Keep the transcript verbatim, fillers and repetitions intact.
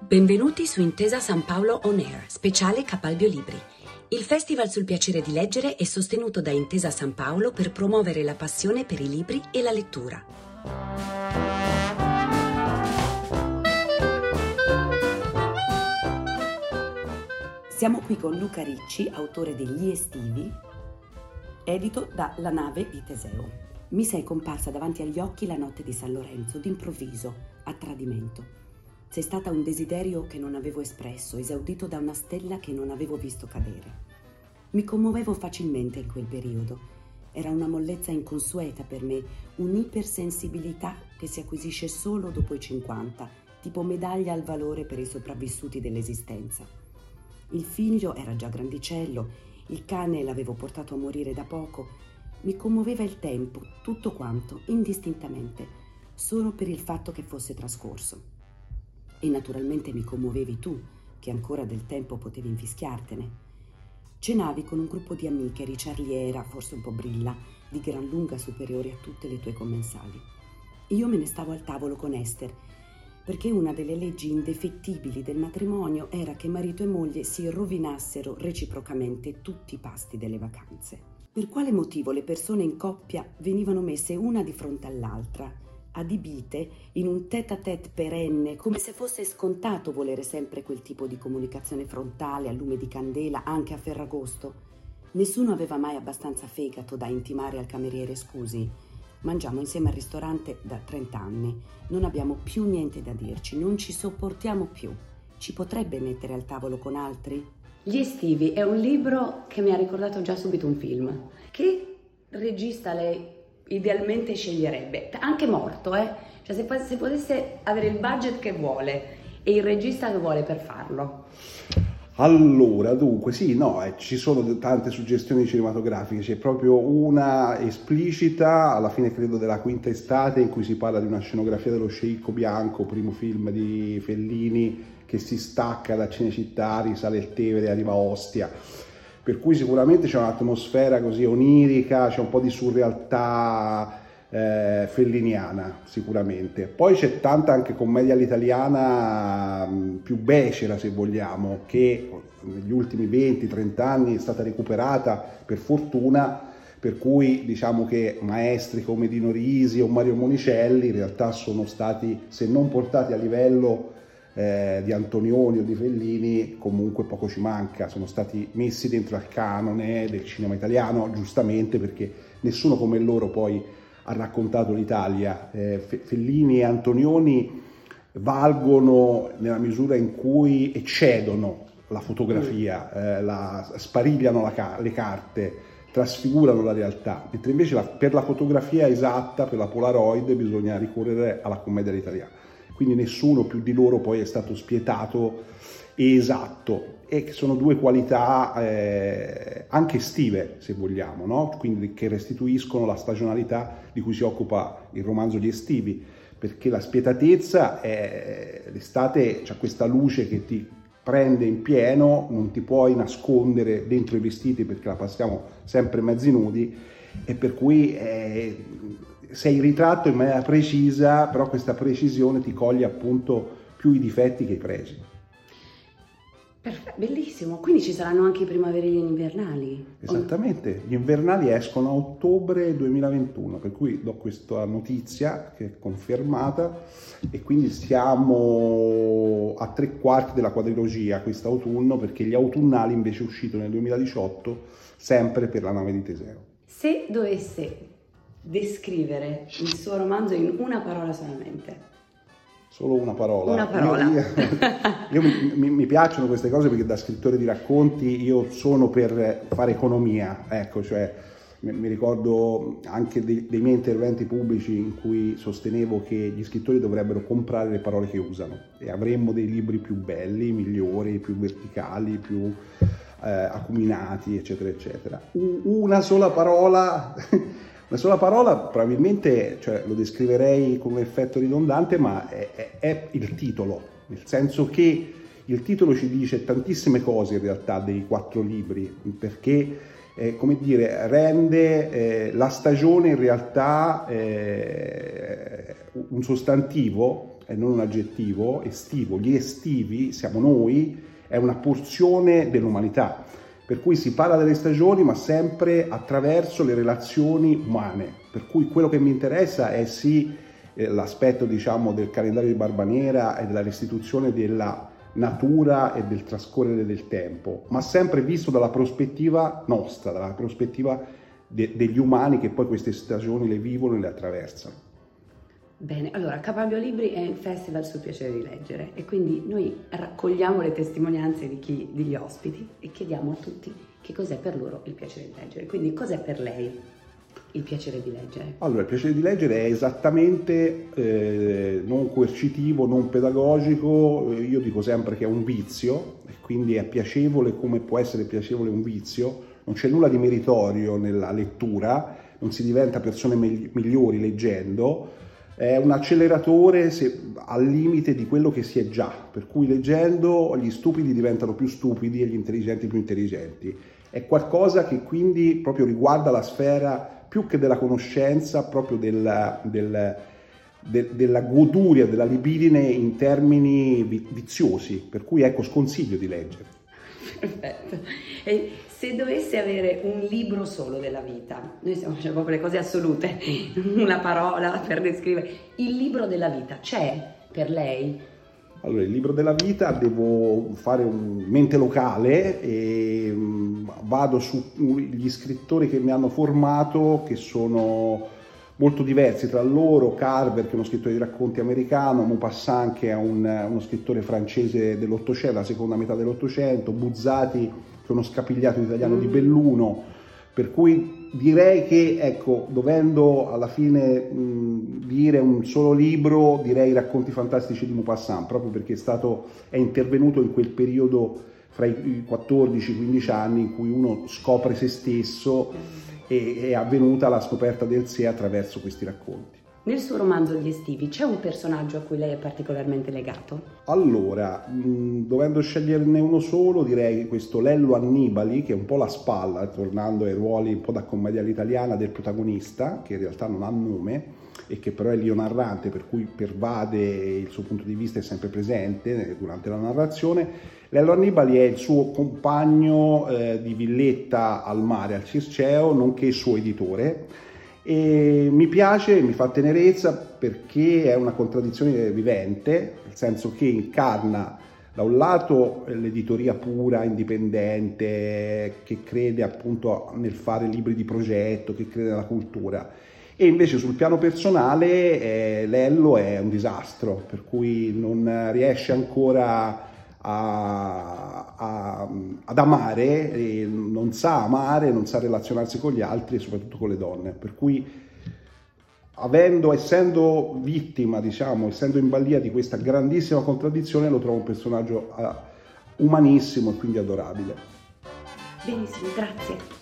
Benvenuti su Intesa San Paolo On Air, speciale Capalbio Libri. Il festival sul piacere di leggere è sostenuto da Intesa San Paolo per promuovere la passione per i libri e la lettura. Siamo qui con Luca Ricci, autore degli Estivi, edito da La nave di Teseo. Mi sei comparsa davanti agli occhi la notte di San Lorenzo, d'improvviso, a tradimento. Sei stata un desiderio che non avevo espresso, esaudito da una stella che non avevo visto cadere. Mi commuovevo facilmente in quel periodo. Era una mollezza inconsueta per me, un'ipersensibilità che si acquisisce solo dopo i cinquanta, tipo medaglia al valore per i sopravvissuti dell'esistenza. Il figlio era già grandicello, il cane l'avevo portato a morire da poco. Mi commuoveva il tempo, tutto quanto, indistintamente, solo per il fatto che fosse trascorso. E naturalmente mi commuovevi tu, che ancora del tempo potevi infischiartene. Cenavi con un gruppo di amiche, ricciarliera, forse un po' brilla, di gran lunga superiori a tutte le tue commensali. Io me ne stavo al tavolo con Esther, perché una delle leggi indefettibili del matrimonio era che marito e moglie si rovinassero reciprocamente tutti i pasti delle vacanze. Per quale motivo le persone in coppia venivano messe una di fronte all'altra, adibite in un tête-à-tête perenne, come se fosse scontato volere sempre quel tipo di comunicazione frontale a lume di candela anche a Ferragosto? Nessuno aveva mai abbastanza fegato da intimare al cameriere: scusi, mangiamo insieme al ristorante da trenta anni, non abbiamo più niente da dirci, non ci sopportiamo più. Ci potrebbe mettere al tavolo con altri? Gli Estivi è un libro che mi ha ricordato già subito un film. Che regista lei idealmente sceglierebbe? Anche morto, eh? Cioè se, se potesse avere il budget che vuole e il regista che vuole per farlo. Allora, dunque, sì, no, eh, ci sono tante suggestioni cinematografiche, c'è proprio una esplicita, alla fine credo della quinta estate, in cui si parla di una scenografia dello Sceicco Bianco, primo film di Fellini, che si stacca da Cinecittà, risale il Tevere, arriva a Ostia. Per cui sicuramente c'è un'atmosfera così onirica, c'è un po' di surrealtà eh, felliniana sicuramente. Poi c'è tanta anche commedia all'italiana mh, più becera, se vogliamo, che negli ultimi venti trenta anni è stata recuperata per fortuna, per cui diciamo che maestri come Dino Risi o Mario Monicelli in realtà sono stati, se non portati a livello Eh, di Antonioni o di Fellini, comunque poco ci manca, sono stati messi dentro al canone del cinema italiano, giustamente, perché nessuno come loro poi ha raccontato l'Italia. eh, Fellini e Antonioni valgono nella misura in cui eccedono la fotografia, eh, la, sparigliano la, le carte, trasfigurano la realtà, mentre invece la, per la fotografia esatta, per la Polaroid, bisogna ricorrere alla commedia all'italiana. Quindi nessuno più di loro poi è stato spietato e esatto, e sono due qualità eh, anche estive, se vogliamo, no? Quindi che restituiscono la stagionalità di cui si occupa il romanzo Gli Estivi, perché la spietatezza è l'estate, c'è questa luce che ti prende in pieno, non ti puoi nascondere dentro i vestiti perché la passiamo sempre mezzi nudi, e per cui eh, sei ritratto in maniera precisa, però questa precisione ti coglie appunto più i difetti che i pregi. Perfetto, bellissimo. Quindi ci saranno anche i primaverili e gli invernali? Esattamente, gli invernali escono a ottobre duemilaventuno, per cui do questa notizia che è confermata, e quindi siamo a tre quarti della quadrilogia quest'autunno, perché gli autunnali invece è uscito nel duemiladiciotto, sempre per La nave di Teseo. Se dovesse descrivere il suo romanzo in una parola solamente. Solo una parola. Una parola. Io, io, io mi, mi, mi piacciono queste cose perché da scrittore di racconti io sono per fare economia, ecco, cioè mi, mi ricordo anche dei, dei miei interventi pubblici in cui sostenevo che gli scrittori dovrebbero comprare le parole che usano e avremmo dei libri più belli, migliori, più verticali, più eh, acuminati, eccetera, eccetera. U, una sola parola... Una sola parola, probabilmente, cioè, lo descriverei con un effetto ridondante, ma è, è, è il titolo, nel senso che il titolo ci dice tantissime cose in realtà dei quattro libri, perché eh, come dire, rende eh, la stagione in realtà eh, un sostantivo e non un aggettivo, estivo. Gli estivi siamo noi, è una porzione dell'umanità, per cui si parla delle stagioni ma sempre attraverso le relazioni umane, per cui quello che mi interessa è sì eh, l'aspetto, diciamo, del calendario di Barbanera e della restituzione della natura e del trascorrere del tempo, ma sempre visto dalla prospettiva nostra, dalla prospettiva de- degli umani che poi queste stagioni le vivono e le attraversano. Bene, allora Capalbio Libri è il festival sul piacere di leggere e quindi noi raccogliamo le testimonianze di chi, degli ospiti e chiediamo a tutti che cos'è per loro il piacere di leggere. Quindi cos'è per lei il piacere di leggere? Allora, il piacere di leggere è esattamente eh, non coercitivo, non pedagogico, io dico sempre che è un vizio, e quindi è piacevole come può essere piacevole un vizio, non c'è nulla di meritorio nella lettura, non si diventa persone migliori leggendo, è un acceleratore se, al limite di quello che si è già, per cui leggendo gli stupidi diventano più stupidi e gli intelligenti più intelligenti. È qualcosa che quindi proprio riguarda la sfera più che della conoscenza, proprio del, del, de, della goduria, della libidine in termini viziosi, per cui ecco, sconsiglio di leggere. Perfetto. E se dovesse avere un libro solo della vita, noi stiamo facendo proprio le cose assolute, una parola per descrivere, il libro della vita c'è per lei? Allora, il libro della vita, devo fare un mente locale e vado sugli scrittori che mi hanno formato, che sono molto diversi tra loro. Carver, che è uno scrittore di racconti americano, Maupassant, che è un, uno scrittore francese dell'Ottocento, la seconda metà dell'Ottocento, Buzzati, che è uno scapigliato italiano mm. di Belluno, per cui direi che, ecco, dovendo alla fine mh, dire un solo libro, direi I racconti fantastici di Maupassant, proprio perché è stato, è intervenuto in quel periodo fra i quattordici quindici anni in cui uno scopre se stesso e è avvenuta la scoperta del sé attraverso questi racconti. Nel suo romanzo Gli estivi c'è un personaggio a cui lei è particolarmente legato? Allora, mh, dovendo sceglierne uno solo, direi questo Lello Annibali, che è un po' la spalla, tornando ai ruoli un po' da commedia all'italiana del protagonista, che in realtà non ha nome e che però è l'io narrante, per cui pervade il suo punto di vista, è sempre presente durante la narrazione. Lello Annibali è il suo compagno eh, di villetta al mare, al Circeo, nonché il suo editore. E mi piace, mi fa tenerezza perché è una contraddizione vivente, nel senso che incarna da un lato l'editoria pura, indipendente, che crede appunto nel fare libri di progetto, che crede nella cultura, e invece sul piano personale eh, Lello è un disastro, per cui non riesce ancora A, a, ad amare, e non sa amare, non sa relazionarsi con gli altri e soprattutto con le donne, per cui avendo, essendo vittima, diciamo, essendo in balia di questa grandissima contraddizione, lo trovo un personaggio uh, umanissimo e quindi adorabile. Benissimo, grazie.